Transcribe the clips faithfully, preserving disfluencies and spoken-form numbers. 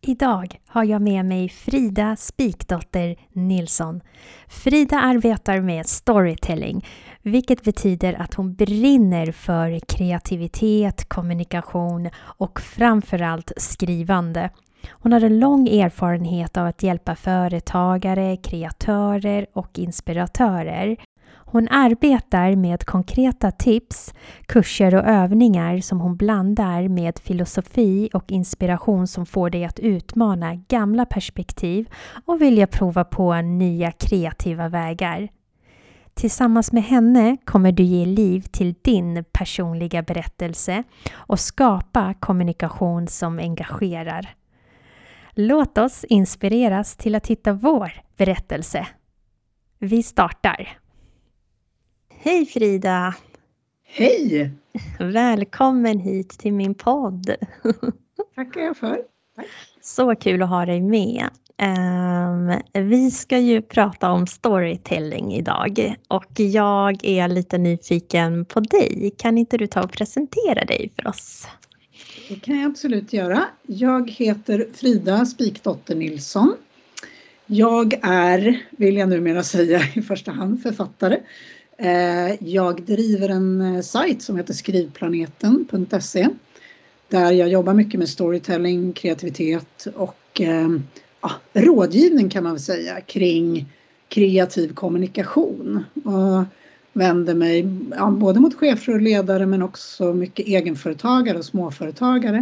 Idag har jag med mig Frida Spikdotter Nilsson. Frida arbetar med storytelling, vilket betyder att hon brinner för kreativitet, kommunikation och framförallt skrivande. Hon har en lång erfarenhet av att hjälpa företagare, kreatörer och inspiratörer. Hon arbetar med konkreta tips, kurser och övningar som hon blandar med filosofi och inspiration som får dig att utmana gamla perspektiv och vilja prova på nya kreativa vägar. Tillsammans med henne kommer du ge liv till din personliga berättelse och skapa kommunikation som engagerar. Låt oss inspireras till att hitta vår berättelse. Vi startar! Hej Frida! Hej! Välkommen hit till min podd. Tackar jag för. Tack. Så kul att ha dig med. Um, vi ska ju prata om storytelling idag och jag är lite nyfiken på dig. Kan inte du ta och presentera dig för oss? Det kan jag absolut göra. Jag heter Frida Spikdotter Nilsson. Jag är, vill jag numera säga i första hand, författare. Jag driver en sajt som heter skrivplaneten punkt se där jag jobbar mycket med storytelling, kreativitet och ja, rådgivning kan man väl säga kring kreativ kommunikation. Och vänder mig ja, både mot chefer och ledare men också mycket egenföretagare och småföretagare.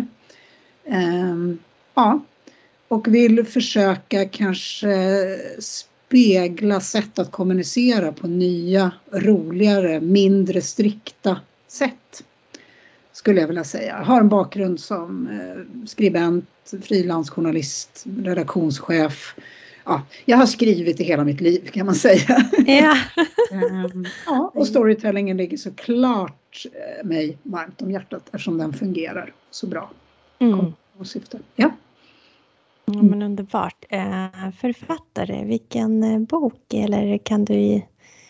Ja, och vill försöka kanske spegla sätt att kommunicera på nya, roligare, mindre strikta sätt. Skulle jag vilja säga. Jag har en bakgrund som skribent, frilansjournalist, redaktionschef. Ja, jag har skrivit i hela mitt liv kan man säga. Ja. Ja, och storytellingen ligger såklart mig varmt om hjärtat eftersom den fungerar så bra. Mm. Och syfte. Ja. Ja, men underbart. Författare, vilken bok eller kan du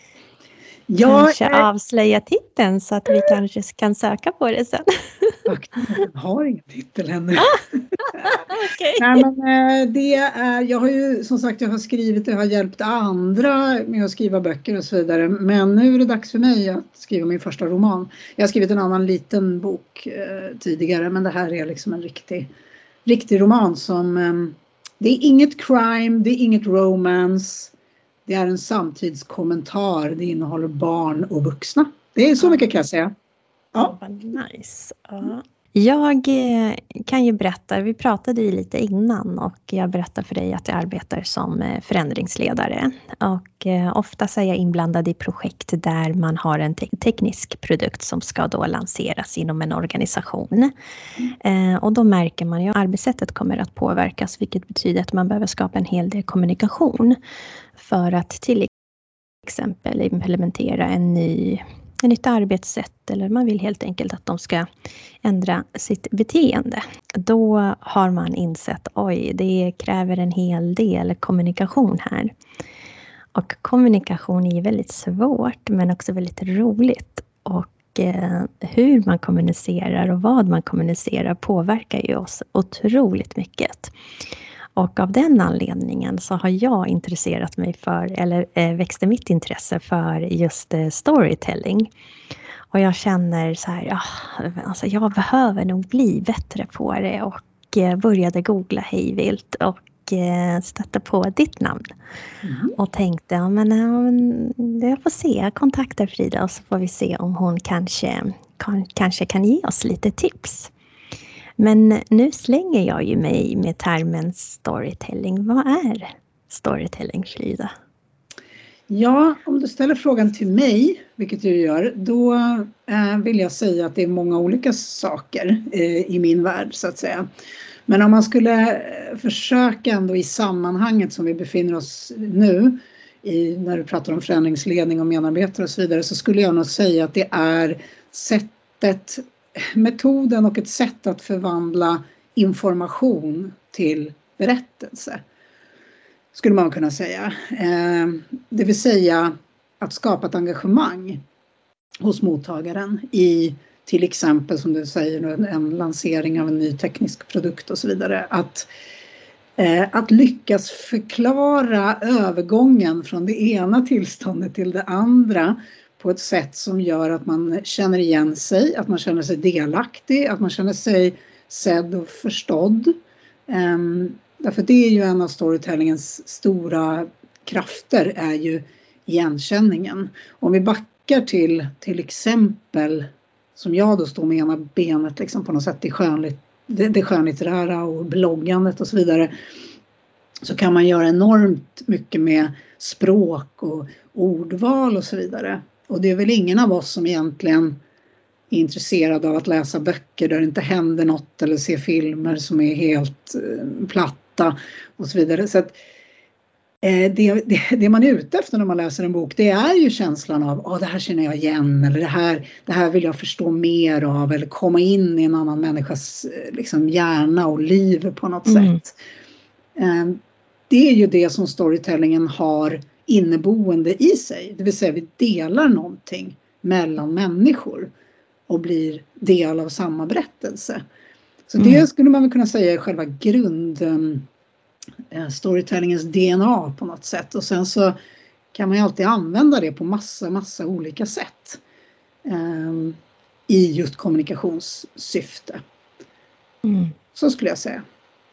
ja, kanske äh, avslöja titeln så att vi kanske kan söka på det sen? Faktiskt, jag har ingen titel ännu. Okay. Nej, men det är, jag har ju som sagt jag har skrivit och jag har hjälpt andra med att skriva böcker och så vidare. Men nu är det dags för mig att skriva min första roman. Jag har skrivit en annan liten bok eh, tidigare men det här är liksom en riktig Riktig roman som, um, det är inget crime, det är inget romance. Det är en samtidskommentar, det innehåller barn och vuxna. Det är så mycket kan jag säga. Ja, vad nice. Ja. Jag kan ju berätta, vi pratade ju lite innan och jag berättar för dig att jag arbetar som förändringsledare. Och ofta är jag inblandad i projekt där man har en te- teknisk produkt som ska då lanseras inom en organisation. Mm. Och då märker man ju att arbetssättet kommer att påverkas, vilket betyder att man behöver skapa en hel del kommunikation för att till exempel implementera en ny ett nytt arbetssätt eller man vill helt enkelt att de ska ändra sitt beteende. Då har man insett, oj, det kräver en hel del kommunikation här. Och kommunikation är väldigt svårt men också väldigt roligt. Och eh, hur man kommunicerar och vad man kommunicerar påverkar ju oss otroligt mycket. Och av den anledningen så har jag intresserat mig för, eller eh, växte mitt intresse för just eh, storytelling. Och jag känner så här, ja, alltså jag behöver nog bli bättre på det. Och eh, började googla hejvilt och eh, stötte på ditt namn. Mm. Och tänkte, ja men äh, jag får se, jag kontaktar Frida och så får vi se om hon kanske kan, kanske kan ge oss lite tips. Men nu slänger jag ju mig med termen storytelling. Vad är storytelling, Frida? Ja, om du ställer frågan till mig, vilket du gör, då eh, vill jag säga att det är många olika saker eh, i min värld så att säga. Men om man skulle försöka ändå i sammanhanget som vi befinner oss nu, i, när du pratar om förändringsledning och medarbetare och så vidare, så skulle jag nog säga att det är sättet, metoden och ett sätt att förvandla information till berättelse. Skulle man kunna säga. Eh, det vill säga att skapa ett engagemang hos mottagaren i till exempel som du säger en lansering av en ny teknisk produkt och så vidare. Att Att lyckas förklara övergången från det ena tillståndet till det andra på ett sätt som gör att man känner igen sig, att man känner sig delaktig, att man känner sig sedd och förstådd. Därför det är ju en av storytellingens stora krafter, är ju igenkänningen. Om vi backar till till exempel, som jag då står med ena benet liksom på något sätt i skönligt, det, det skönlitterära och bloggandet och så vidare, så kan man göra enormt mycket med språk och ordval och så vidare. Och det är väl ingen av oss som egentligen är intresserad av att läsa böcker där det inte händer något, eller se filmer som är helt eh, platta och så vidare. Så att eh, det, det, det man är ute efter när man läser en bok, det är ju känslan av att oh, det här känner jag igen, eller det här, det här vill jag förstå mer av, eller komma in i en annan människas liksom, hjärna och liv på något mm. sätt. Eh, det är ju det som storytellingen har inneboende i sig. Det vill säga vi delar någonting mellan människor och blir del av samma berättelse. Så det mm. skulle man väl kunna säga är själva grund eh, storytellingens D N A på något sätt. Och sen så kan man ju alltid använda det på massa, massa olika sätt. Eh, I just kommunikationssyfte. Mm. Så skulle jag säga.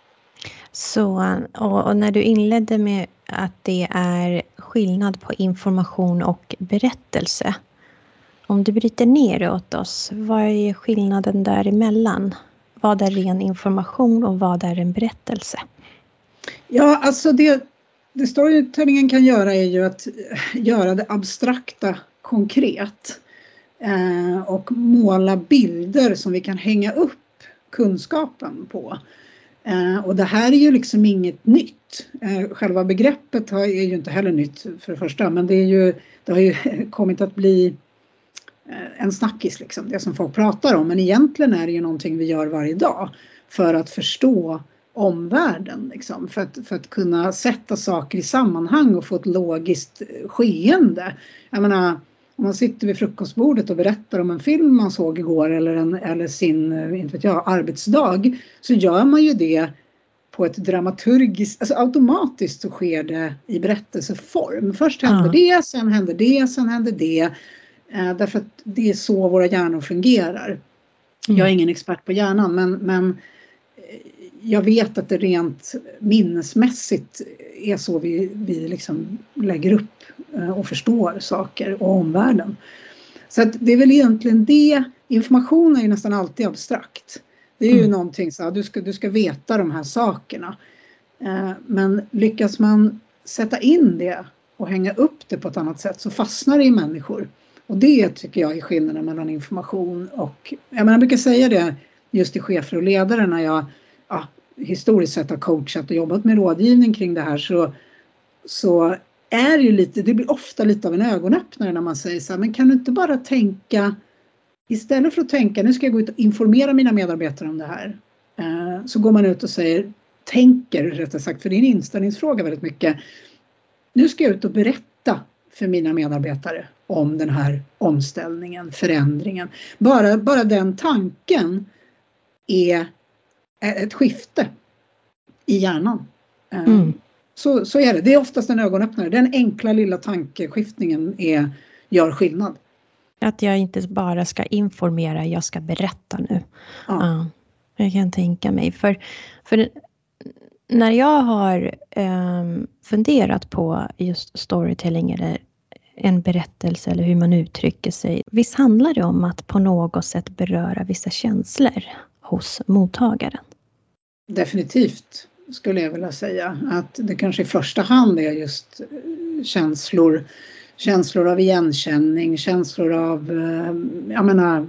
Så, och, och när du inledde med att det är skillnad på information och berättelse. Om du bryter ner åt oss, vad är skillnaden däremellan? Vad är ren information och vad är en berättelse? Ja, alltså det, det storytellingen kan göra är ju att göra det abstrakta konkret. Eh, och måla bilder som vi kan hänga upp kunskapen på. Eh, och det här är ju liksom inget nytt. Eh, själva begreppet har, är ju inte heller nytt för det första. Men det, är ju, det har ju kommit att bli en snackis liksom, det som folk pratar om. Men egentligen är det ju någonting vi gör varje dag för att förstå omvärlden. Liksom, för, att, för att kunna sätta saker i sammanhang och få ett logiskt skeende. Jag menar, om man sitter vid frukostbordet och berättar om en film man såg igår eller, en, eller sin inte vet jag, arbetsdag, så gör man ju det på ett dramaturgiskt, alltså automatiskt så sker det i berättelseform. Först händer ja. det, sen händer det, sen händer det. Eh, därför att det är så våra hjärnor fungerar. Mm. Jag är ingen expert på hjärnan, men, men jag vet att det rent minnesmässigt är så vi, vi liksom lägger upp och förstår saker och omvärlden. Så att det är väl egentligen det. Information är ju nästan alltid abstrakt. Det är ju mm. någonting så att du ska, du ska veta de här sakerna. Eh, men lyckas man sätta in det och hänga upp det på ett annat sätt, så fastnar det i människor. Och det tycker jag är skillnaden mellan information och, jag menar, jag brukar säga det just till chefer och ledare när jag ja, historiskt sett har coachat och jobbat med rådgivning kring det här, så, så är det ju lite, det blir ofta lite av en ögonöppnare när man säger så här, men kan du inte bara tänka, istället för att tänka, nu ska jag gå ut och informera mina medarbetare om det här, eh, så går man ut och säger, tänker rättare sagt, för det är en inställningsfråga väldigt mycket, nu ska jag ut och berätta för mina medarbetare om den här omställningen, förändringen. Bara, bara den tanken är ett skifte i hjärnan. Mm. Så, så är det. Det är oftast en ögonöppnare. Den enkla lilla tankeskiftningen är, gör skillnad. Att jag inte bara ska informera, jag ska berätta nu. Ja. Ja, jag kan tänka mig. För, för när jag har um, funderat på just storytelling eller en berättelse eller hur man uttrycker sig. Visst handlar det om att på något sätt beröra vissa känslor hos mottagaren? Definitivt skulle jag vilja säga. Att det kanske i första hand är just känslor. Känslor av igenkänning, känslor av jag menar,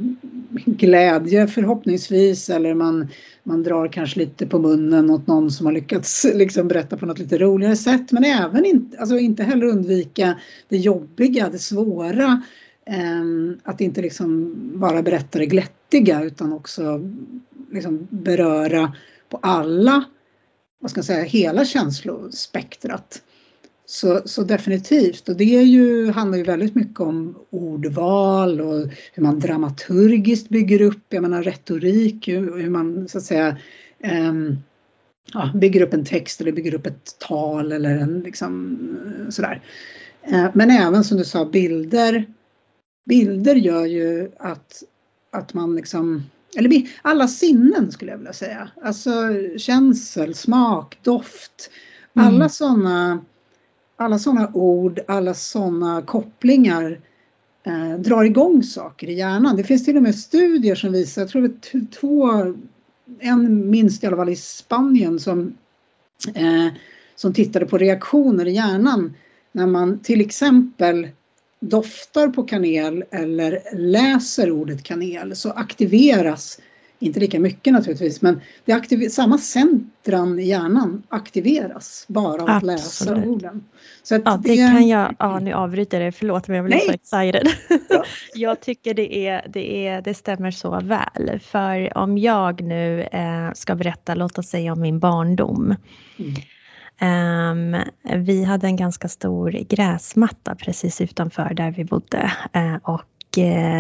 glädje förhoppningsvis. Eller man, man drar kanske lite på munnen åt någon som har lyckats liksom berätta på något lite roligare sätt. Men även inte, alltså inte heller undvika det jobbiga, det svåra. Eh, att inte liksom bara berätta det glättiga utan också liksom beröra på alla, vad ska jag säga, hela känslospektrat. Så, så definitivt, och det är ju, handlar ju väldigt mycket om ordval och hur man dramaturgiskt bygger upp, jag menar retorik, hur man så att säga um, ja, bygger upp en text eller bygger upp ett tal eller en liksom sådär. Men även som du sa, bilder. Bilder gör ju att, att man liksom, eller alla sinnen skulle jag vilja säga. Alltså känsel, smak, doft. Alla mm. sådana alla såna ord, alla sådana kopplingar eh, drar igång saker i hjärnan. Det finns till och med studier som visar, jag tror det är två, en minst i alla fall i Spanien som, eh, som tittade på reaktioner i hjärnan när man till exempel doftar på kanel eller läser ordet kanel, så aktiveras, inte lika mycket naturligtvis, men det aktiver, samma centran i hjärnan aktiveras bara av att läsa orden. Så att ja, det, det kan jag, ja nu avbryter det, förlåt men jag blir så excited. Ja. Jag tycker det, är, det, är, det stämmer så väl, för om jag nu eh, ska berätta, låt oss säga om min barndom. Mm. Um, vi hade en ganska stor gräsmatta precis utanför där vi bodde uh, och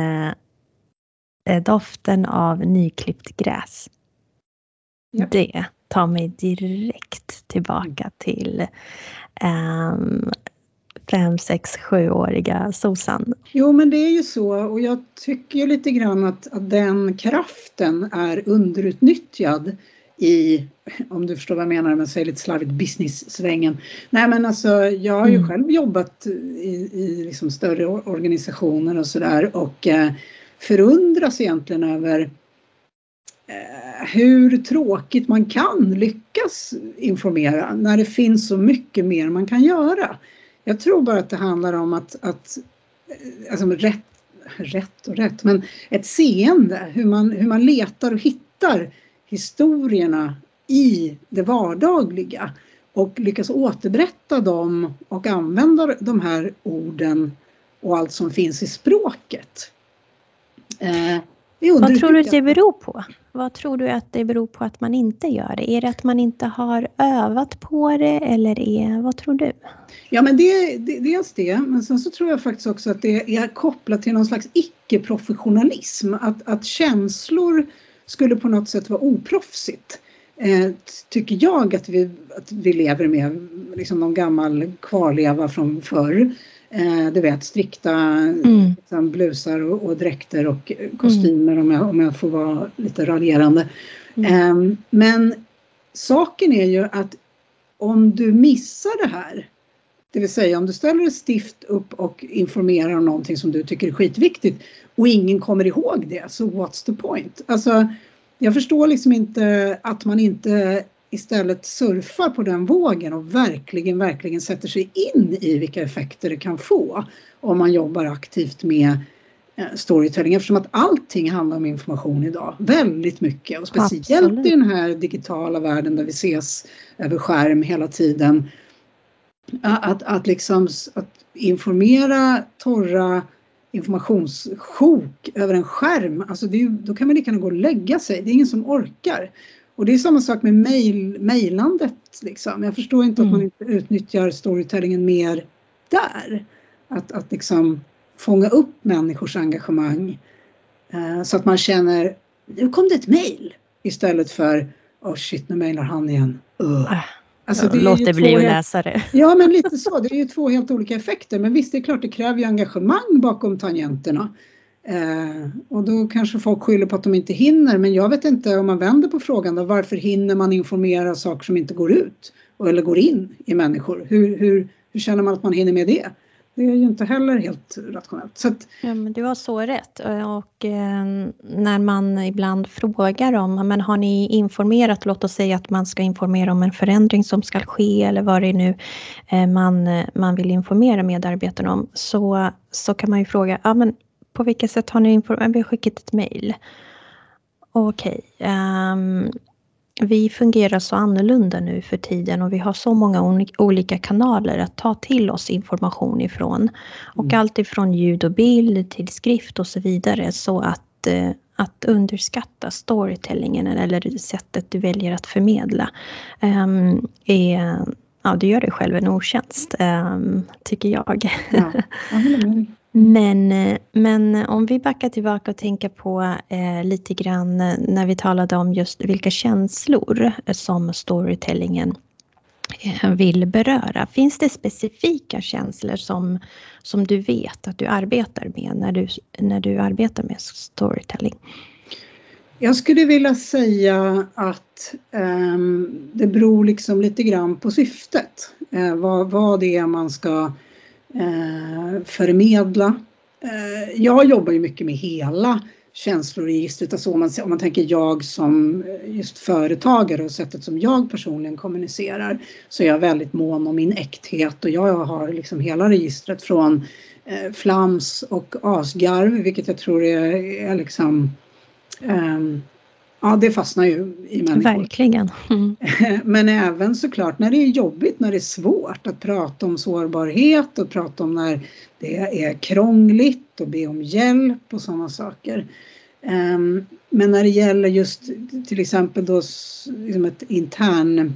uh, doften av nyklippt gräs, ja. Det tar mig direkt tillbaka till um, fem, sex, sjuåriga Susan. Jo men det är ju så, och jag tycker ju lite grann att, att den kraften är underutnyttjad i, om du förstår vad jag menar, men säger lite slarvigt, business-svängen. Nej men alltså jag har ju mm. själv jobbat i, i liksom större organisationer och sådär och eh, förundras egentligen över eh, hur tråkigt man kan lyckas informera när det finns så mycket mer man kan göra. Jag tror bara att det handlar om att, att alltså rätt, rätt och rätt, men ett seende, hur man, hur man letar och hittar historierna i det vardagliga och lyckas återberätta dem och använda de här orden och allt som finns i språket. Eh, Vad tror du det beror på? Vad tror du att det beror på att man inte gör det? Är det att man inte har övat på det eller är, vad tror du? Ja men det, det, dels det, men sen så tror jag faktiskt också att det är kopplat till någon slags icke-professionalism. Att, att känslor skulle på något sätt vara oproffsigt. Eh, tycker jag att vi, att vi lever med liksom någon gammal kvarleva från förr. Eh, du vet, strikta mm. liksom, blusar och, och dräkter och kostymer mm. om, jag, om jag får vara lite raljerande. Mm. Eh, men saken är ju att om du missar det här, det vill säga om du ställer ett stift upp och informerar om någonting som du tycker är skitviktigt och ingen kommer ihåg det, så what's the point? Alltså, jag förstår liksom inte att man inte istället surfar på den vågen och verkligen, verkligen sätter sig in i vilka effekter det kan få om man jobbar aktivt med storytelling, eftersom att allting handlar om information idag, väldigt mycket, och speciellt Absolut. I den här digitala världen där vi ses över skärm hela tiden. Att, att liksom att informera torra informationssjok över en skärm, alltså det är, då kan man lika gärna gå och lägga sig, det är ingen som orkar. Och det är samma sak med mail, mailandet liksom. Jag förstår inte mm. att man inte utnyttjar storytellingen mer där. Att, att liksom fånga upp människors engagemang eh, så att man känner, nu kom det ett mail, istället för, oh shit, nu mailar han igen. Uh. Alltså, det låt det bli att läsa det. Ja, men lite så. Det är ju två helt olika effekter. Men visst, det är klart, det kräver ju engagemang bakom tangenterna. Eh, och då kanske folk skyller på att de inte hinner. Men jag vet inte, om man vänder på frågan då, varför hinner man informera saker som inte går ut? Eller går in i människor? Hur, hur, hur känner man att man hinner med det? Det är ju inte heller helt rationellt. Så att, ja, men du har så rätt. Och eh, när man ibland frågar om, men har ni informerat, låt oss säga att man ska informera om en förändring som ska ske eller vad det är nu eh, man, man vill informera medarbetarna om, så, så kan man ju fråga, ja men på vilket sätt har ni informerat? Vi har skickat ett mejl. Okej. Okay, um, vi fungerar så annorlunda nu för tiden och vi har så många olika kanaler att ta till oss information ifrån. Och mm. allt ifrån ljud och bild till skrift och så vidare, så att, att underskatta storytellingen eller sättet du väljer att förmedla um, är, ja, du gör dig själv en otjänst, um, tycker jag. Ja, jag håller med dig. Men, men om vi backar tillbaka och tänker på eh, lite grann när vi talade om just vilka känslor som storytellingen eh, vill beröra. Finns det specifika känslor som, som du vet att du arbetar med när du, när du arbetar med storytelling? Jag skulle vilja säga att eh, det beror liksom lite grann på syftet. Eh, vad, vad det är man ska eh, förmedla. Eh, jag jobbar ju mycket med hela känsloregistret. Alltså om, man, om man tänker jag som just företagare och sättet som jag personligen kommunicerar, så är jag väldigt mån om min äkthet. Och jag har liksom hela registret från eh, flams och asgarv, vilket jag tror är, är liksom... Um, ja, det fastnar ju i människor. Verkligen. Mm. Men även såklart när det är jobbigt, när det är svårt att prata om sårbarhet och prata om när det är krångligt och be om hjälp och sådana saker. Um, men när det gäller just till exempel då liksom ett intern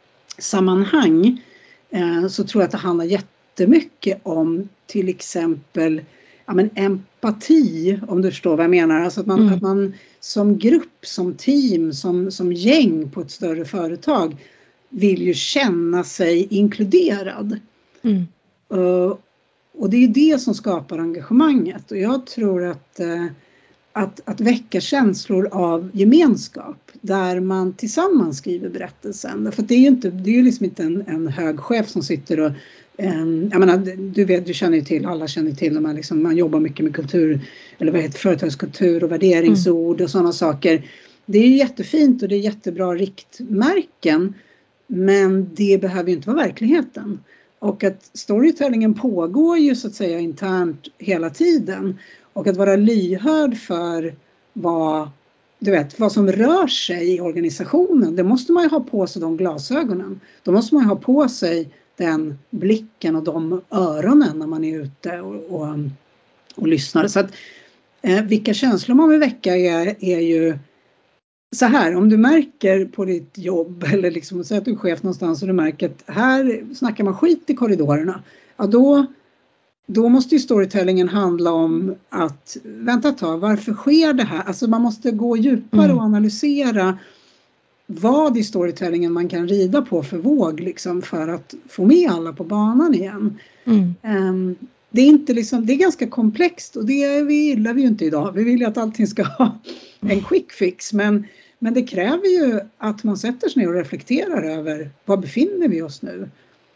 sammanhang uh, så tror jag att det handlar jättemycket om till exempel ja, men empati, om du förstår vad jag menar. Alltså att man, mm. att man som grupp, som team, som, som gäng på ett större företag vill ju känna sig inkluderad. Mm. Uh, och det är det som skapar engagemanget. Och jag tror att, uh, att, att väcka känslor av gemenskap där man tillsammans skriver berättelsen. För det är ju inte, det är ju liksom inte en, en hög chef som sitter och Um, jag menar, du vet, du känner ju till, alla känner till de här, liksom, man jobbar mycket med kultur, eller vad heter företagskultur och värderingsord mm. och sådana saker. Det är ju jättefint och det är jättebra riktmärken, men det behöver ju inte vara verkligheten. Och att storytellingen pågår ju så att säga internt hela tiden, och att vara lyhörd för vad, du vet, vad som rör sig i organisationen, det måste man ju ha på sig, de glasögonen. Då måste man ju ha på sig den blicken och de öronen när man är ute och, och, och lyssnar. Så att eh, vilka känslor man vill väcka är, är ju så här. Om du märker på ditt jobb eller liksom säg att du är chef någonstans och du märker att här snackar man skit i korridorerna. Ja, då, då måste ju storytellingen handla om att vänta ett tag, varför sker det här? Alltså man måste gå djupare mm. och analysera vad i storytellingen man kan rida på för våg liksom, för att få med alla på banan igen. Mm. Um, det är inte liksom, det är ganska komplext och det vi gillar vi ju inte idag. Vi vill ju att allting ska ha en quick fix, men, men det kräver ju att man sätter sig ner och reflekterar över vad befinner vi oss nu.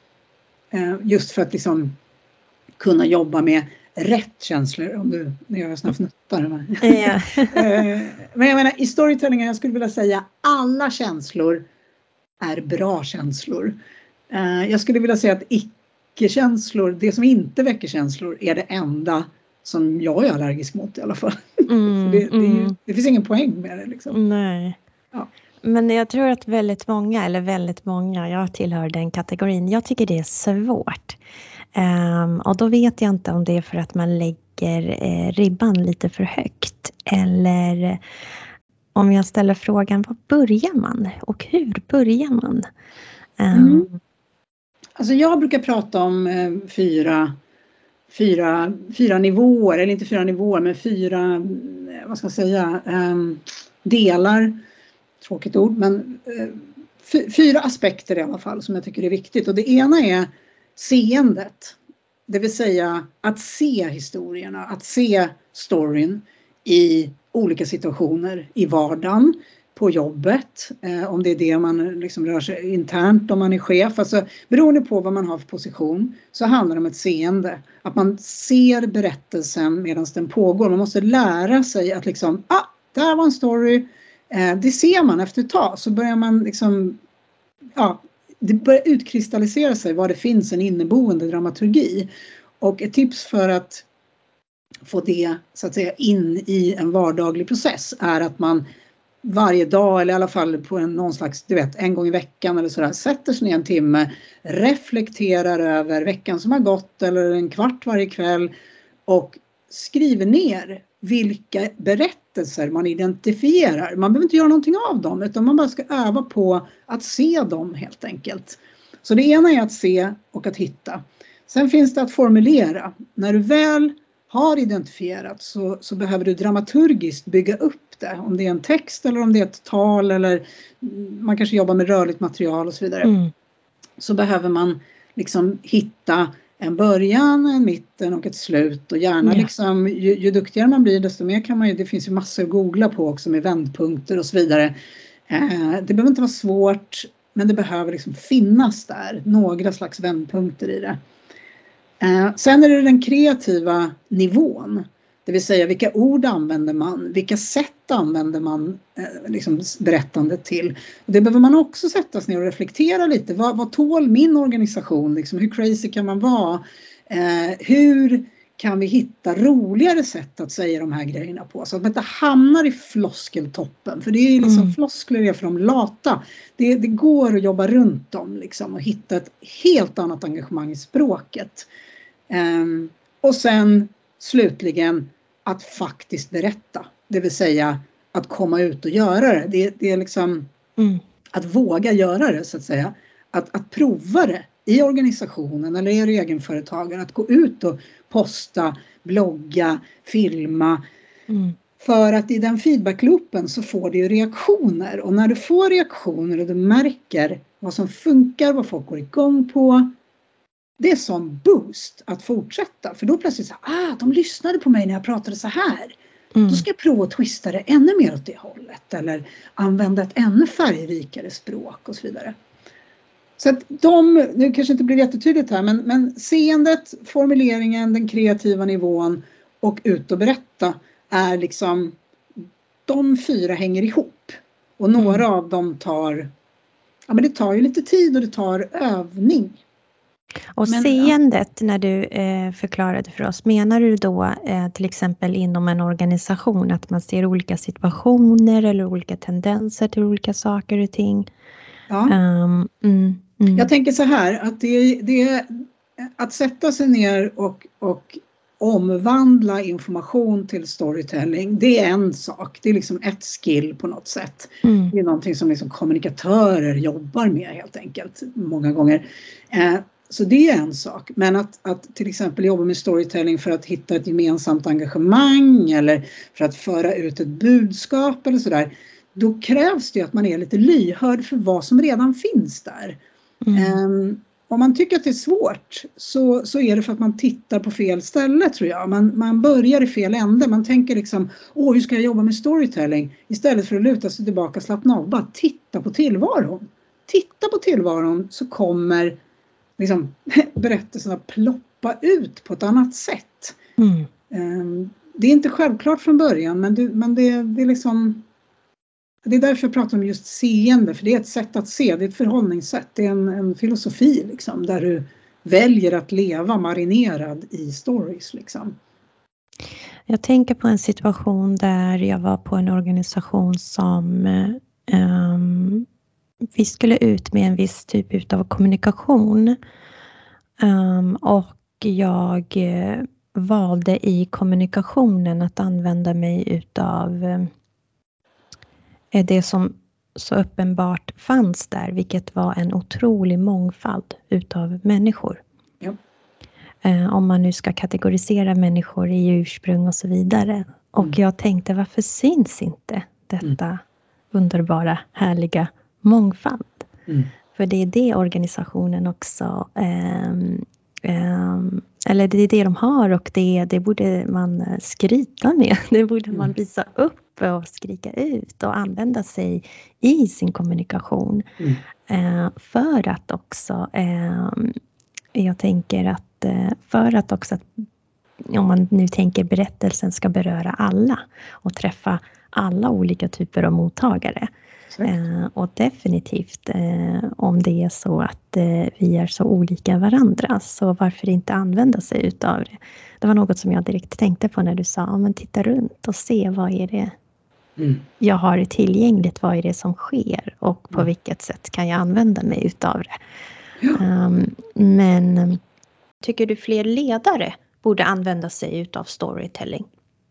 Uh, just för att liksom kunna jobba med rätt känslor, om du, när jag är såna fnuttar. Ja. Men jag menar, i storytellingen jag skulle vilja säga alla känslor är bra känslor. Jag skulle vilja säga att icke-känslor, det som inte väcker känslor, är det enda som jag är allergisk mot i alla fall. Mm, det, det, är ju, det finns ingen poäng med det liksom. Nej. Ja. Men jag tror att väldigt många, eller väldigt många, jag tillhör den kategorin, jag tycker det är svårt. Um, och då vet jag inte om det är för att man lägger eh, ribban lite för högt. Eller om jag ställer frågan, var börjar man? Och hur börjar man? Um, mm. Alltså jag brukar prata om eh, fyra, fyra, fyra nivåer, eller inte fyra nivåer, men fyra, vad ska jag säga, um, delar. Tråkigt ord, men eh, f- fyra aspekter i alla fall som jag tycker är viktigt. Och det ena är seendet, det vill säga att se historierna, att se storyn i olika situationer i vardagen, på jobbet, eh, om det är det man liksom rör sig internt, om man är chef. Alltså, beroende på vad man har för position så handlar det om ett seende. Att man ser berättelsen medan den pågår. Man måste lära sig att liksom, ah, där var en story. Eh, det ser man efter ett tag, så börjar man liksom, ja, det börjar utkristallisera sig vad det finns en inneboende dramaturgi. Och ett tips för att få det så att säga in i en vardaglig process är att man varje dag, eller i alla fall på en, någon slags, du vet, en gång i veckan eller sådär, sätter sig ner en timme, reflekterar över veckan som har gått eller en kvart varje kväll och skriver ner vilka berättelser man identifierar. Man behöver inte göra någonting av dem, utan man bara ska öva på att se dem helt enkelt. Så det ena är att se och att hitta. Sen finns det att formulera. När du väl har identifierat så, så behöver du dramaturgiskt bygga upp det. Om det är en text eller om det är ett tal eller man kanske jobbar med rörligt material och så vidare. Mm. Så behöver man liksom hitta en början, en mitten och ett slut. Och gärna ja. liksom, ju, ju duktigare man blir desto mer kan man ju, det finns ju massor att googla på också med vändpunkter och så vidare. Eh, det behöver inte vara svårt, men det behöver liksom finnas där, några slags vändpunkter i det. Eh, sen är det den kreativa nivån, det vill säga vilka ord använder man, vilka sätt använder man eh, liksom berättandet till. Och det behöver man också sätta sig ner och reflektera lite. Vad, vad tål min organisation? Liksom, hur crazy kan man vara? Eh, hur kan vi hitta roligare sätt att säga de här grejerna på? Så att man inte hamnar i floskeltoppen. För det är liksom mm. floskler är för de lata. Det, det går att jobba runt dem liksom, och hitta ett helt annat engagemang i språket. Eh, och sen slutligen att faktiskt berätta. Det vill säga att komma ut och göra det. Det, det är liksom mm. att våga göra det så att säga. Att, att prova det i organisationen eller i egenföretagare. Att gå ut och posta, blogga, filma. Mm. För att i den feedbackloopen så får du ju reaktioner. Och när du får reaktioner och du märker vad som funkar, vad folk går igång på. Det är som boost att fortsätta. För då plötsligt så ah, de lyssnade på mig när jag pratade så här. Mm. Då ska jag prova att twista det ännu mer åt det hållet. Eller använda ett ännu färgrikare språk och så vidare. Så att de, nu kanske inte blir jättetydligt här. Men, men seendet, formuleringen, den kreativa nivån och ut och berätta är liksom, de fyra hänger ihop. Och några mm. av dem tar, ja men det tar ju lite tid och det tar övning. Och men, seendet ja. när du eh, förklarade för oss, menar du då eh, till exempel inom en organisation att man ser olika situationer eller olika tendenser till olika saker och ting? Ja. Um, mm, mm. Jag tänker så här att det, det är att sätta sig ner och, och omvandla information till storytelling, det är en sak. Det är liksom ett skill på något sätt. Mm. Det är någonting som liksom kommunikatörer jobbar med helt enkelt många gånger. Eh, Så det är en sak. Men att, att till exempel jobba med storytelling för att hitta ett gemensamt engagemang eller för att föra ut ett budskap eller sådär. Då krävs det att man är lite lyhörd för vad som redan finns där. Mm. Um, om man tycker att det är svårt så, så är det för att man tittar på fel ställe tror jag. Man, man börjar i fel ände. Man tänker liksom, åh hur ska jag jobba med storytelling? Istället för att luta sig tillbaka, slappna av, bara titta på tillvaron. Titta på tillvaron så kommer liksom, berättelserna ploppa ut på ett annat sätt. Mm. Um, det är inte självklart från början, men, du, men det, det är liksom, det är därför jag pratar om just seende, för det är ett sätt att se, det är ett förhållningssätt, det är en, en filosofi liksom, där du väljer att leva marinerad i stories liksom. Jag tänker på en situation där jag var på en organisation som um, vi skulle ut med en viss typ av kommunikation. Um, och jag uh, valde i kommunikationen att använda mig utav uh, det som så uppenbart fanns där. Vilket var en otrolig mångfald utav människor. Ja. Uh, om man nu ska kategorisera människor i ursprung och så vidare. Mm. Och jag tänkte, varför syns inte detta mm. underbara, härliga mångfald? Mm. För det är det organisationen också, um, um, eller det är det de har och det, det borde man skryta med. Det borde mm. man visa upp och skrika ut och använda sig i sin kommunikation. Mm. Uh, för att också, um, jag tänker att uh, för att också, att, om man nu tänker berättelsen ska beröra alla och träffa alla olika typer av mottagare. Eh, och definitivt eh, om det är så att eh, vi är så olika varandra, så varför inte använda sig utav det. Det var något som jag direkt tänkte på när du sa, ja, men titta runt och se vad är det mm. jag har tillgängligt, vad är det som sker och på mm. vilket sätt kan jag använda mig utav det. Ja. Um, men tycker du fler ledare borde använda sig utav storytelling?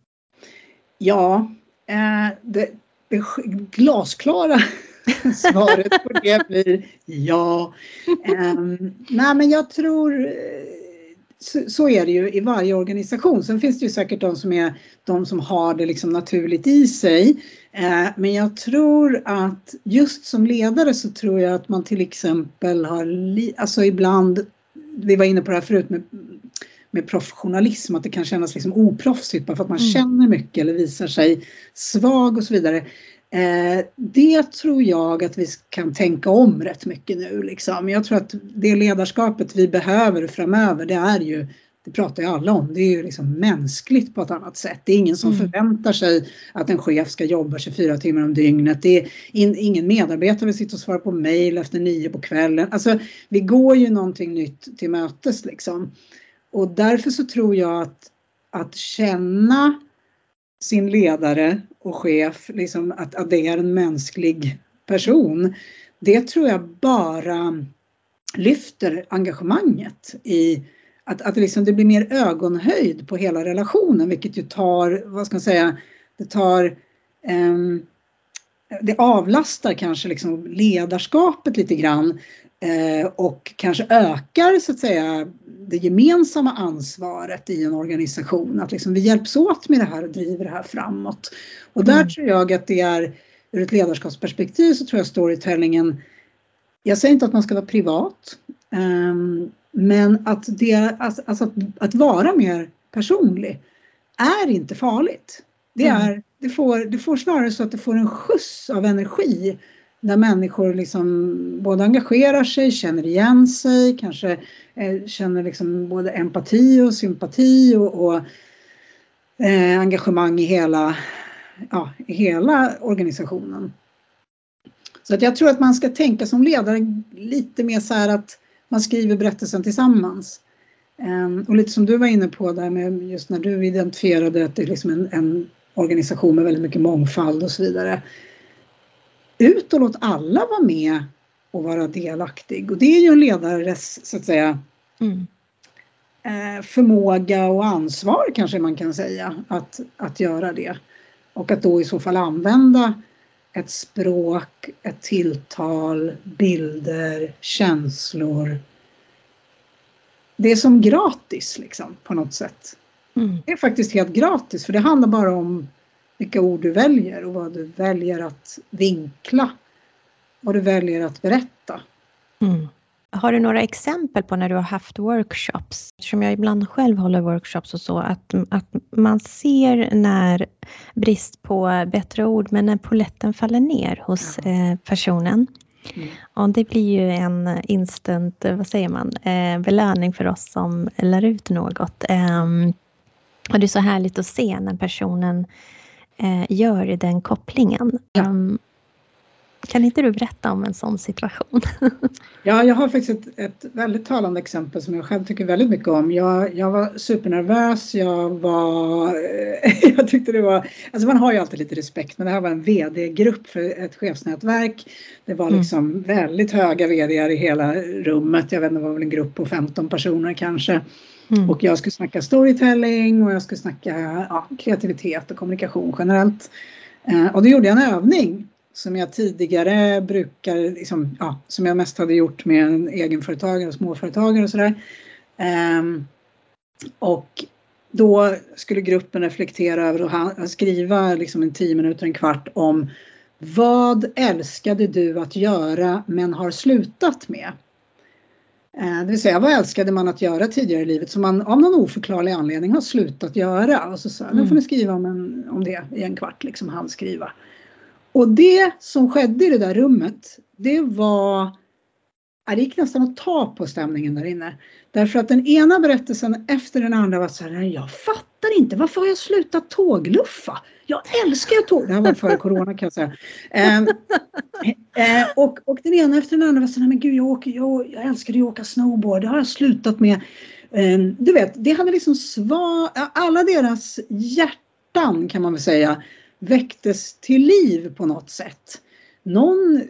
Ja, eh, det Det glasklara svaret på det blir ja. Um, nej men jag tror så, så är det ju i varje organisation. Sen finns det ju säkert de som är de som har det liksom naturligt i sig. Eh, men jag tror att just som ledare så tror jag att man till exempel har, li- alltså ibland, vi var inne på det här förut med, med professionalism, att det kan kännas liksom oproffsigt bara för att man mm. känner mycket eller visar sig svag och så vidare. Eh, det tror jag att vi kan tänka om rätt mycket nu. Liksom. Jag tror att det ledarskapet vi behöver framöver, det är ju, det pratar ju alla om, det är ju liksom mänskligt på ett annat sätt. Det är ingen som mm. förväntar sig att en chef ska jobba tjugofyra timmar om dygnet. Det är in, ingen medarbetare vill sitta och svara på mejl efter nio på kvällen. Alltså vi går ju någonting nytt till mötes liksom. Och därför så tror jag att, att känna sin ledare och chef, liksom att, att det är en mänsklig person, det tror jag bara lyfter engagemanget i att, att liksom det blir mer ögonhöjd på hela relationen, vilket ju tar, vad ska man säga, det tar um, det avlastar kanske liksom ledarskapet lite grann eh, och kanske ökar så att säga det gemensamma ansvaret i en organisation. Att liksom vi hjälps åt med det här och driver det här framåt. Och där mm. tror jag att det är, ur ett ledarskapsperspektiv så tror jag storytellingen, jag säger inte att man ska vara privat, eh, men att, det, alltså, alltså att, att vara mer personlig är inte farligt. Det, är, mm. det, får, det får snarare så att det får en skjuts av energi när människor liksom både engagerar sig, känner igen sig, kanske eh, känner liksom både empati och sympati och, och eh, engagemang i hela, ja, i hela organisationen. Så att jag tror att man ska tänka som ledare lite mer så här att man skriver berättelsen tillsammans. Um, och lite som du var inne på där med just när du identifierade att det är liksom en, en organisation med väldigt mycket mångfald och så vidare. Ut och låt alla vara med och vara delaktig. Och det är ju en ledares så att säga mm. eh, förmåga och ansvar kanske man kan säga att, att göra det. Och att då i så fall använda ett språk, ett tilltal, bilder, känslor. Det är som gratis liksom på något sätt. Mm. Det är faktiskt helt gratis för det handlar bara om vilka ord du väljer och vad du väljer att vinkla. Vad du väljer att berätta. Mm. Har du några exempel på när du har haft workshops? Som jag ibland själv håller workshops och så. Att, att man ser när brist på bättre ord men när poletten faller ner hos ja. eh, personen. Mm. Och det blir ju en instant, vad säger man, eh, belöning för oss som lär ut något. Eh, och det är så härligt att se när personen eh, gör den kopplingen. Ja. Um, kan inte du berätta om en sån situation? Ja, jag har faktiskt ett, ett väldigt talande exempel som jag själv tycker väldigt mycket om. Jag, jag var supernervös, jag var, jag tyckte det var, alltså man har ju alltid lite respekt, men det här var en vd-grupp för ett chefsnätverk. Det var liksom mm. väldigt höga vd:ar i hela rummet, jag vet inte, det var väl en grupp på femton personer kanske. Mm. Och jag skulle snacka storytelling och jag skulle snacka ja, kreativitet och kommunikation generellt. Eh, och då gjorde jag en övning som jag tidigare brukar, liksom, ja, som jag mest hade gjort med en egenföretagare och småföretagare och sådär. Um, och då skulle gruppen reflektera över och ha, skriva liksom en tio minuter, en kvart om vad älskade du att göra men har slutat med? Uh, det vill säga, vad älskade man att göra tidigare i livet som man av någon oförklarlig anledning har slutat göra? Och så sa jag, mm. nu får ni skriva om, en, om det i en kvart, liksom handskriva. Och det som skedde i det där rummet, det var, det gick nästan att ta på stämningen där inne. Därför att den ena berättelsen efter den andra var så här, jag fattar inte, varför har jag slutat tågluffa? Jag älskar ju tåg, det här var före corona kan jag säga. Eh, eh, och, och den ena efter den andra var så här, men gud jag, åker, jag, jag älskar ju att åka snowboard, det har jag slutat med. Eh, du vet, det hade liksom svar, alla deras hjärtan kan man väl säga, väcktes till liv på något sätt. Någon,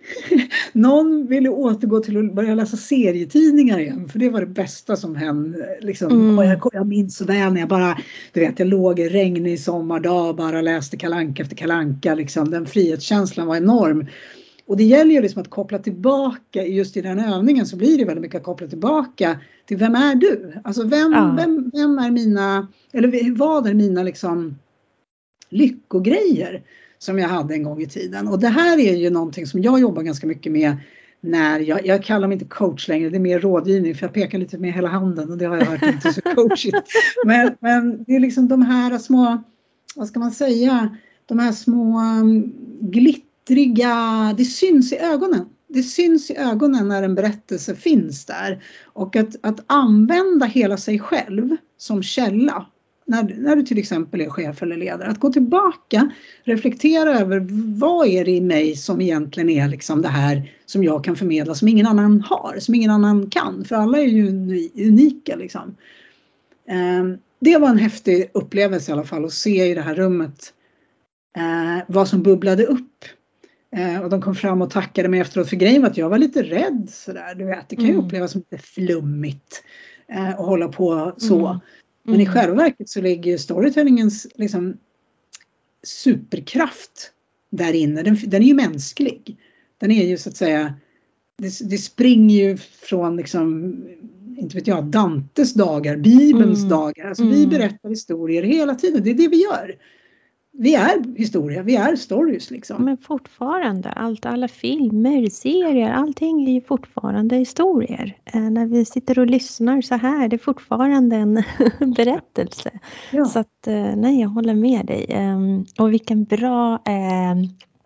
någon ville återgå till att börja läsa serietidningar igen. För det var det bästa som hände. Liksom. Mm. Och jag, jag minns så väl när jag bara, du vet, jag låg i regnig sommardag och bara läste Kalle Anka efter Kalle Anka. Liksom. Den frihetskänslan var enorm. och det gäller ju liksom att koppla tillbaka, just i den övningen så blir det väldigt mycket att koppla tillbaka till vem är du? Alltså vem, Ja. vem, vem är mina, eller vad är mina liksom lyckogrejer som jag hade en gång i tiden. Och det här är ju någonting som jag jobbar ganska mycket med när jag, jag kallar mig inte coach längre, det är mer rådgivning för jag pekar lite med hela handen och det har jag hört inte så coachigt. Men, men det är liksom de här små, vad ska man säga, de här små glittriga, det syns i ögonen. Det syns i ögonen när en berättelse finns där. Och att, att använda hela sig själv som källa. När, när du till exempel är chef eller ledare. Att gå tillbaka, reflektera över vad är det i mig som egentligen är liksom det här som jag kan förmedla som ingen annan har. Som ingen annan kan. För alla är ju unika liksom. Um, det var en häftig upplevelse i alla fall att se i det här rummet uh, vad som bubblade upp. Uh, och de kom fram och tackade mig efteråt för grejen var att jag var lite rädd sådär. Du vet, det kan ju Mm. upplevas som lite flummigt uh, och hålla på så. Mm. Men i själva verket så ligger storytellingens liksom superkraft där inne. Den, den är ju mänsklig. Den är ju så att säga, det, det springer ju från liksom, inte vet jag, Dantes dagar, Bibelns Mm. dagar. Alltså Mm. vi berättar historier hela tiden. Det är det vi gör. Vi är historia, vi är stories liksom. Men fortfarande, allt, alla filmer, serier, allting är ju fortfarande historier. Eh, när vi sitter och lyssnar så här, det är fortfarande en berättelse. Ja. Så att, eh, nej, jag håller med dig. Eh, och vilken bra, eh,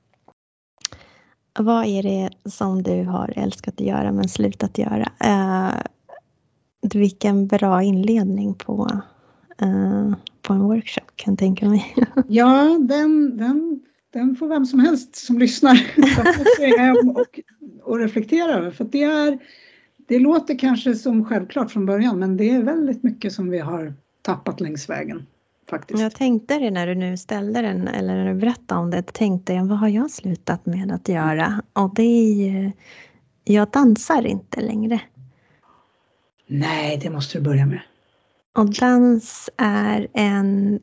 vad är det som du har älskat att göra men slutat göra? Eh, vilken bra inledning på... Eh, på en workshop kan jag tänka mig. Ja, den, den, den får vem som helst som lyssnar och, och reflektera över. För det, är, det låter kanske som självklart från början, men det är väldigt mycket som vi har tappat längs vägen faktiskt. Jag tänkte det när du nu ställde den, eller när du berättade om det, tänkte jag, vad har jag slutat med att göra? Och det är ju, jag dansar inte längre. Nej, det måste du börja med. Och dans är en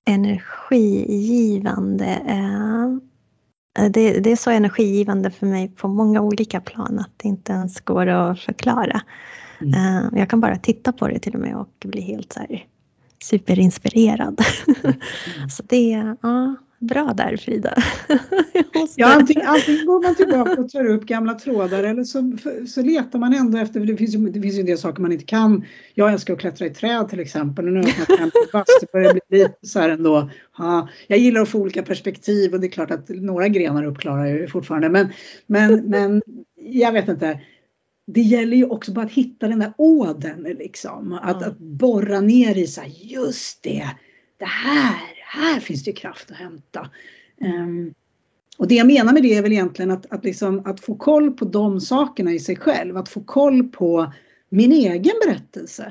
energigivande, eh, det, det är så energigivande för mig på många olika plan att det inte ens går att förklara. Mm. Eh, jag kan bara titta på det till och med och bli helt så här superinspirerad. Mm. Så det är ja, bra där, Frida. Ja, antingen, antingen går man tillbaka och tar upp gamla trådar eller så, så letar man ändå efter, det finns, ju, det finns ju en del saker man inte kan. Jag älskar att klättra i träd till exempel och nu har jag kan fast, det börjar bli lite så här ändå. Ja, jag gillar att få olika perspektiv och det är klart att några grenar uppklarar jag ju fortfarande, men, men, men jag vet inte. Det gäller ju också bara att hitta den där åden liksom. Att, mm. att borra ner i så här, just det, det här, här finns det kraft att hämta. Um, och det jag menar med det är väl egentligen att, att, liksom, att få koll på de sakerna i sig själv. Att få koll på min egen berättelse.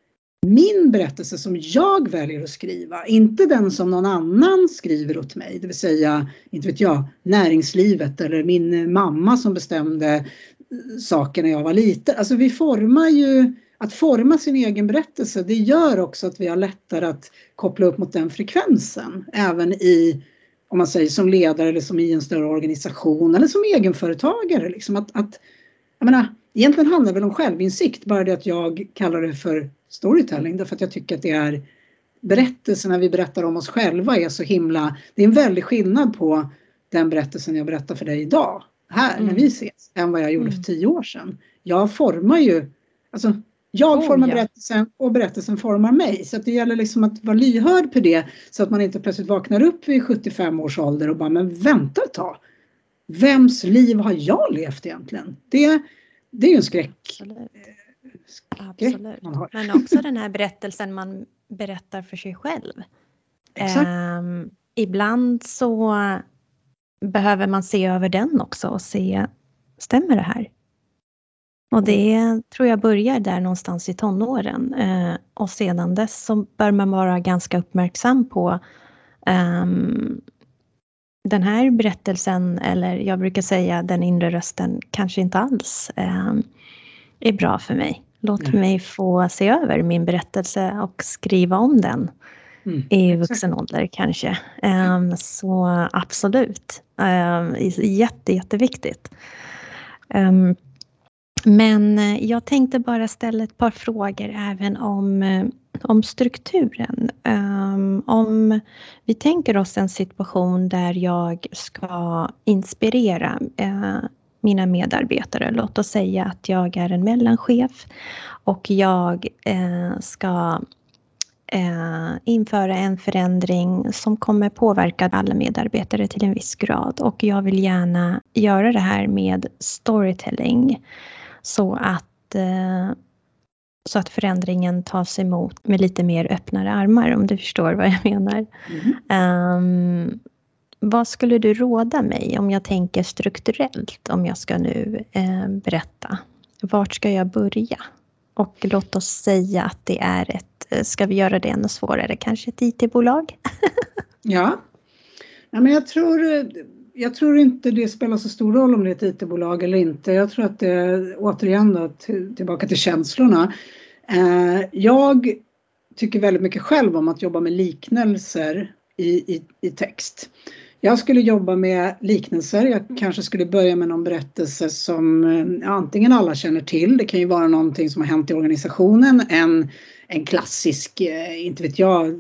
Min berättelse som jag väljer att skriva. Inte den som någon annan skriver åt mig. Det vill säga, inte vet jag, näringslivet eller min mamma som bestämde saker när jag var liten. Alltså vi formar ju, att forma sin egen berättelse, det gör också att vi har lättare att koppla upp mot den frekvensen. Även i, om man säger som ledare eller som i en större organisation eller som egenföretagare. Liksom att, att, jag menar, egentligen handlar det väl om självinsikt, bara det att jag kallar det för storytelling. Därför att jag tycker att det är berättelser när vi berättar om oss själva är så himla, det är en väldig skillnad på den berättelsen jag berättar för dig idag. Här mm. när vi ses än vad jag gjorde mm. för tio år sedan. Jag formar ju, alltså jag oh, formar ja. berättelsen och berättelsen formar mig. Så att det gäller liksom att vara lyhörd på det så att man inte plötsligt vaknar upp vid sjuttiofem års ålder och bara, men vänta ett tag. Vems liv har jag levt egentligen? Det, det är ju en skräck. Absolut. skräck Absolut. Man har. Men också den här berättelsen man berättar för sig själv. Exakt. Um, ibland så behöver man se över den också och se, stämmer det här? Och det tror jag börjar där någonstans i tonåren. Eh, och sedan dess så bör man vara ganska uppmärksam på um, den här berättelsen, eller jag brukar säga den inre rösten kanske inte alls um, är bra för mig. Låt mm. mig få se över min berättelse och skriva om den. mm, i vuxen ålder kanske. Um, så absolut, um, jätte, jätteviktigt. Um, men jag tänkte bara ställa ett par frågor även om, om strukturen. Um, om vi tänker oss en situation där jag ska inspirera uh, mina medarbetare. Låt oss säga att jag är en mellanchef och jag uh, ska uh, införa en förändring som kommer påverka alla medarbetare till en viss grad. Och jag vill gärna göra det här med storytelling. Så att, eh, så att förändringen tas emot med lite mer öppnare armar, om du förstår vad jag menar. Mm. Um, vad skulle du råda mig om jag tänker strukturellt, om jag ska nu eh, berätta? Vart ska jag börja? Och låt oss säga att det är ett, ska vi göra det ännu svårare, kanske ett I T-bolag? Ja, ja men jag tror... Jag tror inte det spelar så stor roll om det är ett I T-bolag eller inte. Jag tror att det, återigen då, tillbaka till känslorna. Eh, jag tycker väldigt mycket själv om att jobba med liknelser i, i, i text. Jag skulle jobba med liknelser. Jag kanske skulle börja med någon berättelse som eh, antingen alla känner till. Det kan ju vara någonting som har hänt i organisationen. En, en klassisk, eh, inte vet jag...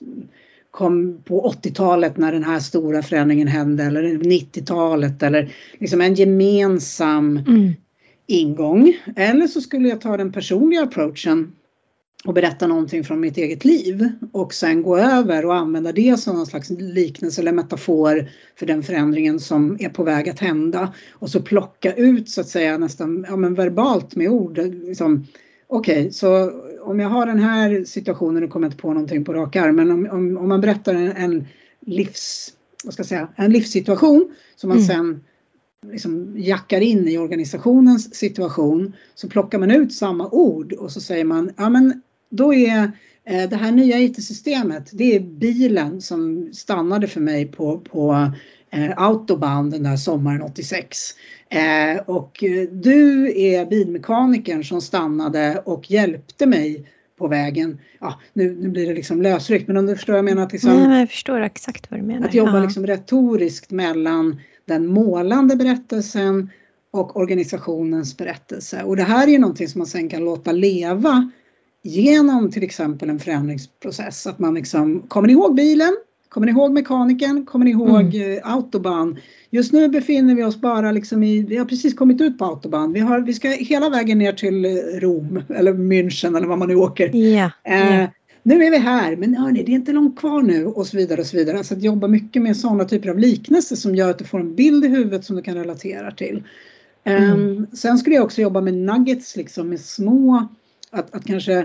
kom på åttiotalet när den här stora förändringen hände, eller nittiotalet, eller liksom en gemensam mm. ingång. Eller så skulle jag ta den personliga approachen och berätta någonting från mitt eget liv och sen gå över och använda det som någon slags liknelse eller metafor för den förändringen som är på väg att hända, och så plocka ut så att säga nästan ja, men verbalt med ord liksom. Okej, okay, så om jag har den här situationen och kommer inte på någonting på rak arm, men om, om, om man berättar en, en livs, vad ska jag säga, en livssituation som man mm. sen liksom jackar in i organisationens situation, så plockar man ut samma ord och så säger man, ja men då är eh, det här nya I T-systemet, det är bilen som stannade för mig på, på eh, Autobahn den där sommaren åttiosex. Eh, och du är bilmekanikern som stannade och hjälpte mig på vägen. Ja, nu, nu blir det liksom lösryckt, men om du förstår jag menar att liksom, ja, men jag förstår exakt vad du menar. Att jobba ja. liksom retoriskt mellan den målande berättelsen och organisationens berättelse. Och det här är ju någonting som man sen kan låta leva genom till exempel en förändringsprocess. Att man liksom, kommer ni ihåg bilen? Kommer ni ihåg mekaniken? Kommer ni ihåg mm. Autobahn? Just nu befinner vi oss bara liksom i, vi har precis kommit ut på Autobahn. Vi, har, vi ska hela vägen ner till Rom eller München eller vad man nu åker. Yeah, yeah. Eh, nu är vi här, men hörni, det är inte långt kvar nu och så vidare och så vidare. Alltså att jobba mycket med sådana typer av liknelser som gör att du får en bild i huvudet som du kan relatera till. Eh, mm. Sen skulle jag också jobba med nuggets, liksom med små, att, att kanske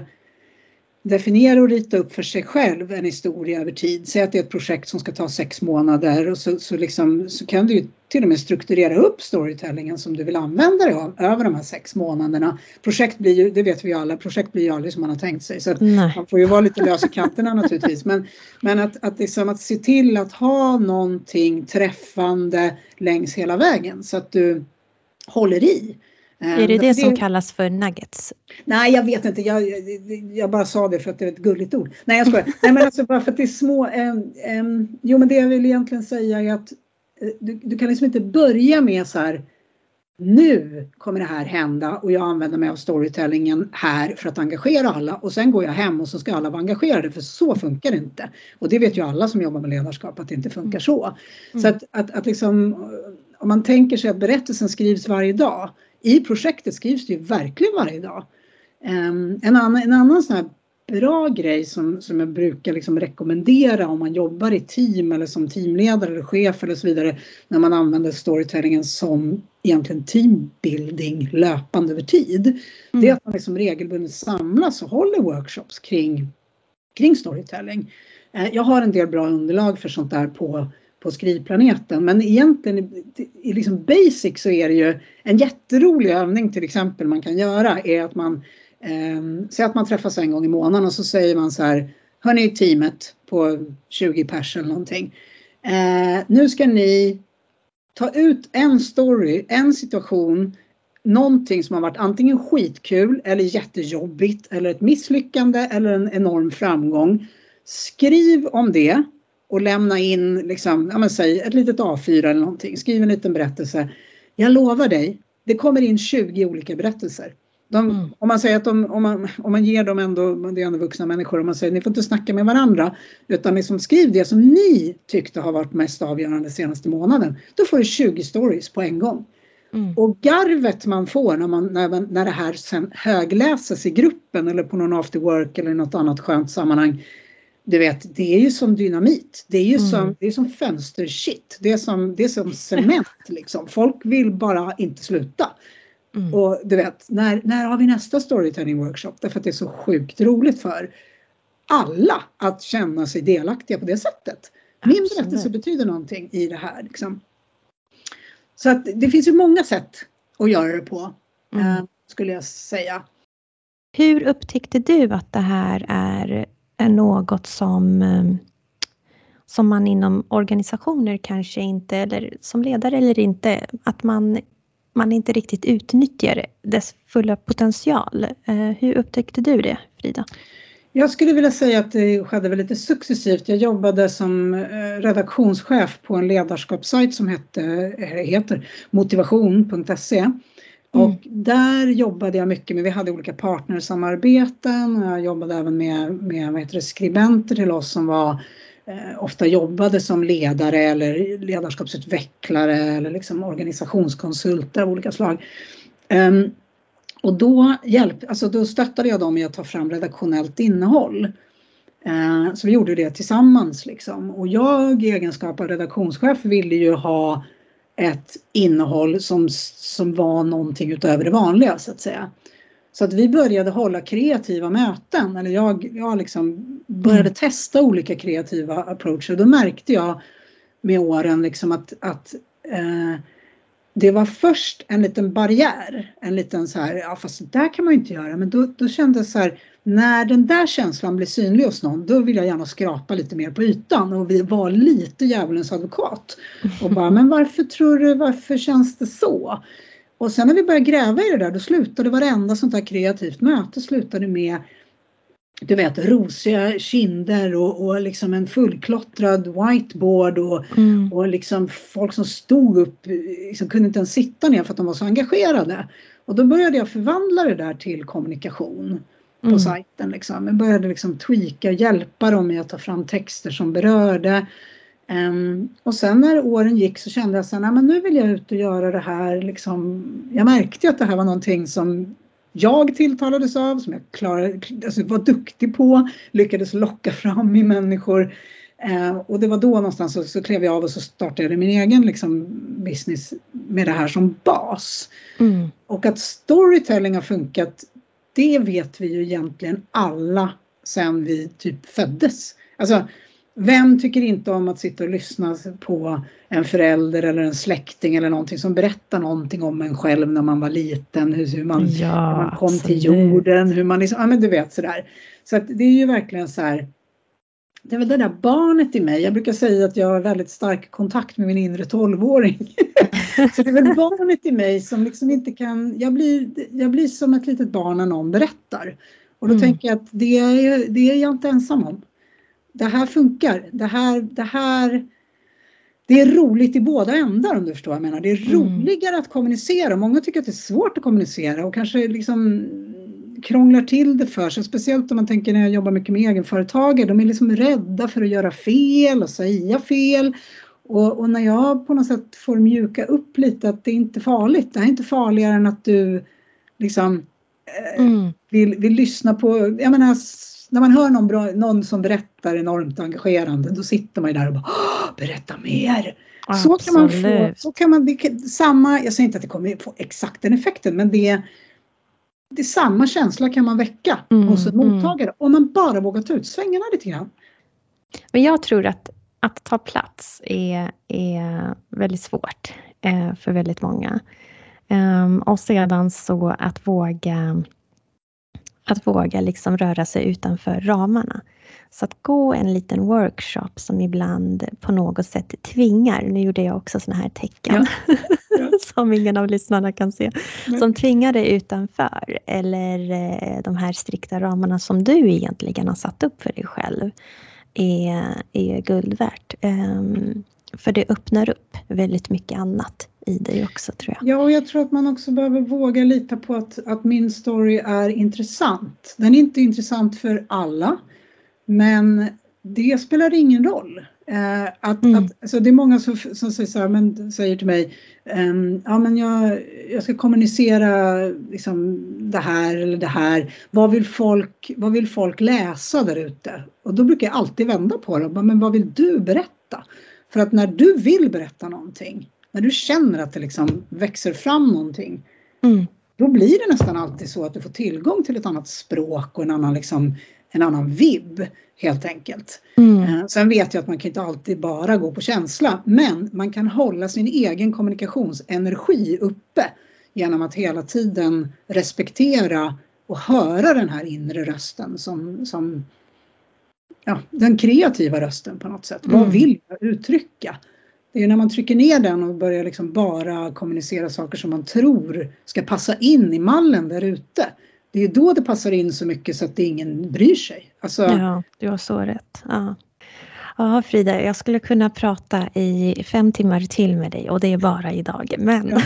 definiera och rita upp för sig själv en historia över tid. Säg att det är ett projekt som ska ta sex månader och så, så, liksom, så kan du ju till och med strukturera upp storytellingen som du vill använda dig av över de här sex månaderna. Projekt blir ju, det vet vi ju alla, projekt blir ju aldrig som man har tänkt sig. Så att man får ju vara lite lös i kanterna naturligtvis. Men, men att, att, liksom att se till att ha någonting träffande längs hela vägen så att du håller i. Är det det som kallas för nuggets? Nej, jag vet inte. Jag, jag, jag bara sa det för att det är ett gulligt ord. Nej, jag skojar. Nej, men alltså bara för att det är små... Um, um, jo, men det jag vill egentligen säga är att uh, du, du kan liksom inte börja med så här, nu kommer det här hända och jag använder mig av storytellingen här för att engagera alla. Och sen går jag hem och så ska alla vara engagerade, för så funkar det inte. Och det vet ju alla som jobbar med ledarskap att det inte funkar så. Mm. Så att, att, att liksom, om man tänker sig att berättelsen skrivs varje dag. I projektet skrivs det ju verkligen varje dag. Um, en annan, en annan sån här bra grej som, som jag brukar liksom rekommendera om man jobbar i team eller som teamledare eller chef eller så vidare, när man använder storytellingen som egentligen teambuilding löpande över tid. Mm. Det är att man liksom regelbundet samlas och håller workshops kring, kring storytelling. Uh, jag har en del bra underlag för sånt där på på skrivplaneten, men egentligen i, i liksom basic så är det ju en jätterolig övning till exempel man kan göra är att man eh, säger att man träffas en gång i månaden och så säger man så här, hörni teamet på tjugo pers eller någonting, eh, nu ska ni ta ut en story, en situation, någonting som har varit antingen skitkul eller jättejobbigt eller ett misslyckande eller en enorm framgång skriv om det och lämna in liksom, ja men säg ett litet A fyra eller någonting. Skriv en liten berättelse. Jag lovar dig, det kommer in tjugo olika berättelser. De, mm. Om man säger att de, om, man, om man ger dem ändå, det är ändå vuxna människor, och man säger ni får inte snacka med varandra, utan liksom skriv det som ni tyckte har varit mest avgörande senaste månaden. Då får du tjugo stories på en gång. Mm. Och garvet man får när, man, när, man, när det här sen högläses i gruppen eller på någon after work eller något annat skönt sammanhang. Du vet, det är ju som dynamit. Det är ju mm. som, det är som fönstershit. Det är som, det är som cement liksom. Folk vill bara inte sluta. Mm. Och du vet, när, när har vi nästa storytelling workshop? Därför att det är så sjukt roligt för alla att känna sig delaktiga på det sättet. Min Absolut. berättelse betyder någonting i det här liksom. Så att det finns ju många sätt att göra det på, mm. eh, skulle jag säga. Hur upptäckte du att det här är, är något som, som man inom organisationer kanske inte, eller som ledare eller inte, att man, man inte riktigt utnyttjar dess fulla potential? Eh, hur upptäckte du det, Frida? Jag skulle vilja säga att det skedde väl lite successivt. Jag jobbade som redaktionschef på en ledarskapssajt som hette, heter motivation punkt se. Mm. Och där jobbade jag mycket med, vi hade olika partnersamarbeten. Jag jobbade även med, med vad heter det, skribenter till oss som var, eh, ofta jobbade som ledare eller ledarskapsutvecklare eller liksom organisationskonsulter av olika slag. Um, Och då, hjälp, alltså då stöttade jag dem i att ta fram redaktionellt innehåll. Eh, så vi gjorde det tillsammans. Liksom. Och jag i egenskap av redaktionschef ville ju ha ett innehåll som, som var någonting utöver det vanliga så att säga. Så att vi började hålla kreativa möten. Eller jag, jag liksom började mm. testa olika kreativa approacher. Då märkte jag med åren liksom att... att eh, det var först en liten barriär, en liten så här, ja fast det där kan man ju inte göra. Men då, då kändes så här, när den där känslan blir synlig hos någon, då vill jag gärna skrapa lite mer på ytan. Och vi var lite djävulens advokat. Och bara, men varför tror du, varför känns det så? Och sen när vi började gräva i det där, då slutade varenda sånt där kreativt möte slutade med, du vet, rosiga kinder och, och liksom en fullklottrad whiteboard och, mm. och liksom folk som stod upp, liksom kunde inte ens sitta ner för att de var så engagerade. Och då började jag förvandla det där till kommunikation på mm. sajten. Liksom. Jag började liksom tweaka och hjälpa dem med att ta fram texter som berörde. Um, och sen när åren gick så kände jag så här, nej, men nu vill jag ut och göra det här. Liksom. Jag märkte att det här var någonting som jag tilltalades av, som jag klarade, alltså var duktig på, lyckades locka fram i människor. Eh, och det var då någonstans så, så klev jag av och så startade jag min egen liksom, business med det här som bas. Mm. Och att storytelling har funkat, det vet vi ju egentligen alla sen vi typ föddes. Alltså, vem tycker inte om att sitta och lyssna på en förälder eller en släkting eller någonting som berättar någonting om en själv när man var liten, hur, hur, man, ja, hur man kom absolut. till jorden, hur man liksom, ja men du vet sådär. Så att det är ju verkligen så här, det är väl det där barnet i mig, jag brukar säga att jag har väldigt stark kontakt med min inre tolvåring. Så det är väl barnet i mig som liksom inte kan, jag blir, jag blir som ett litet barn när någon berättar. Och då mm. tänker jag att det är, det är jag inte ensam om. Det här funkar. Det här, det här, det är roligt i båda ändar om du förstår vad jag menar. Det är roligare mm. att kommunicera. Många tycker att det är svårt att kommunicera och kanske liksom krånglar till det för sig. Speciellt om man tänker när jag jobbar mycket med egenföretagare. De är liksom rädda för att göra fel och säga fel. Och, och när jag på något sätt får mjuka upp lite att det är inte farligt. Det här är inte farligare än att du liksom eh, mm. vill, vill lyssna på, jag menar, när man hör någon, bra, någon som berättar enormt engagerande, då sitter man ju där och bara, berätta mer. Så kan man få, så kan man, det, samma, jag säger inte att det kommer få exakt den effekten, men det, det är samma känsla kan man väcka mm, hos en mottagare. Mm. Om man bara vågar ta ut svängarna lite grann. Men jag tror att, att ta plats är, är väldigt svårt eh, för väldigt många. Um, och sedan så att våga Att våga liksom röra sig utanför ramarna. Så att gå en liten workshop som ibland på något sätt tvingar. Nu gjorde jag också såna här tecken. Ja. Ja. Som ingen av lyssnarna kan se. Nej. Som tvingar dig utanför. Eller eh, de här strikta ramarna som du egentligen har satt upp för dig själv. är, är guld värt. Um, för det öppnar upp väldigt mycket annat i dig också, tror jag. Ja, och jag tror att man också behöver våga lita på att, att min story är intressant. Den är inte intressant för alla, men det spelar ingen roll. Eh, att, mm. att, alltså det är många som, som säger, så här, men, säger till mig, um, ja, men jag, jag ska kommunicera liksom, det här eller det här. Vad vill folk, vad vill folk läsa där ute? Och då brukar jag alltid vända på det. Men vad vill du berätta? För att när du vill berätta någonting, när du känner att det liksom växer fram någonting, mm. då blir det nästan alltid så att du får tillgång till ett annat språk och en annan, liksom, en annan vibb, helt enkelt. Mm. Sen vet jag att man kan inte alltid bara gå på känsla, men man kan hålla sin egen kommunikationsenergi uppe genom att hela tiden respektera och höra den här inre rösten som, som ja, den kreativa rösten på något sätt. Mm. Vad vill jag uttrycka? Det är när man trycker ner den och börjar liksom bara kommunicera saker som man tror ska passa in i mallen där ute. Det är då det passar in så mycket så att det ingen bryr sig. Alltså... Ja, du har så rätt. Ja. Ja, Frida, jag skulle kunna prata i fem timmar till med dig och det är bara idag. Men, ja.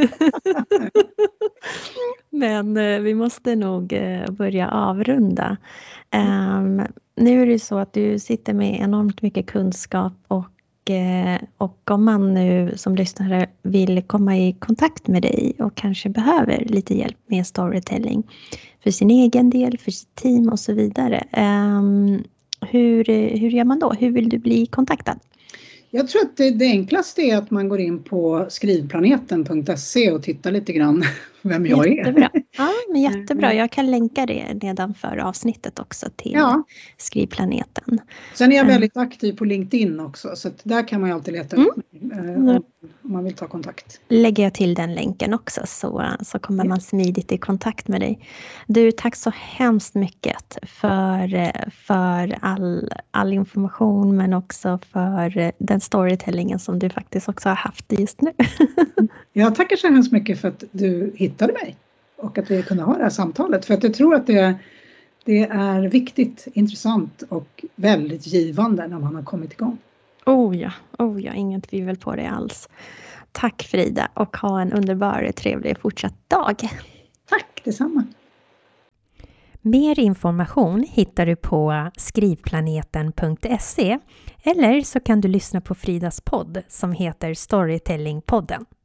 men vi måste nog börja avrunda. Um, nu är det så att du sitter med enormt mycket kunskap och Och om man nu som lyssnare vill komma i kontakt med dig och kanske behöver lite hjälp med storytelling för sin egen del, för sitt team och så vidare. Um, hur, hur gör man då? Hur vill du bli kontaktad? Jag tror att det, det enklaste är att man går in på skrivplaneten punkt se och tittar lite grann vem jag jättebra. är. Ja, men jättebra. Jag kan länka det nedanför avsnittet också till ja. Skrivplaneten. Sen är jag väldigt aktiv på LinkedIn också, så att där kan man ju alltid leta upp mig mm. om man vill ta kontakt. Lägger jag till den länken också så, så kommer man smidigt i kontakt med dig. Du, tack så hemskt mycket för, för all, all information men också för den storytellingen som du faktiskt också har haft just nu. Jag tackar så hemskt mycket för att du hittade mig och att vi kunde ha det här samtalet. För att jag tror att det, det är viktigt, intressant och väldigt givande när man har kommit igång. Oh ja, oh ja, ingen tvivel på det alls. Tack Frida och ha en underbar, trevlig fortsatt dag. Tack, detsamma. Mer information hittar du på skrivplaneten punkt se eller så kan du lyssna på Fridas podd som heter Storytelling-podden.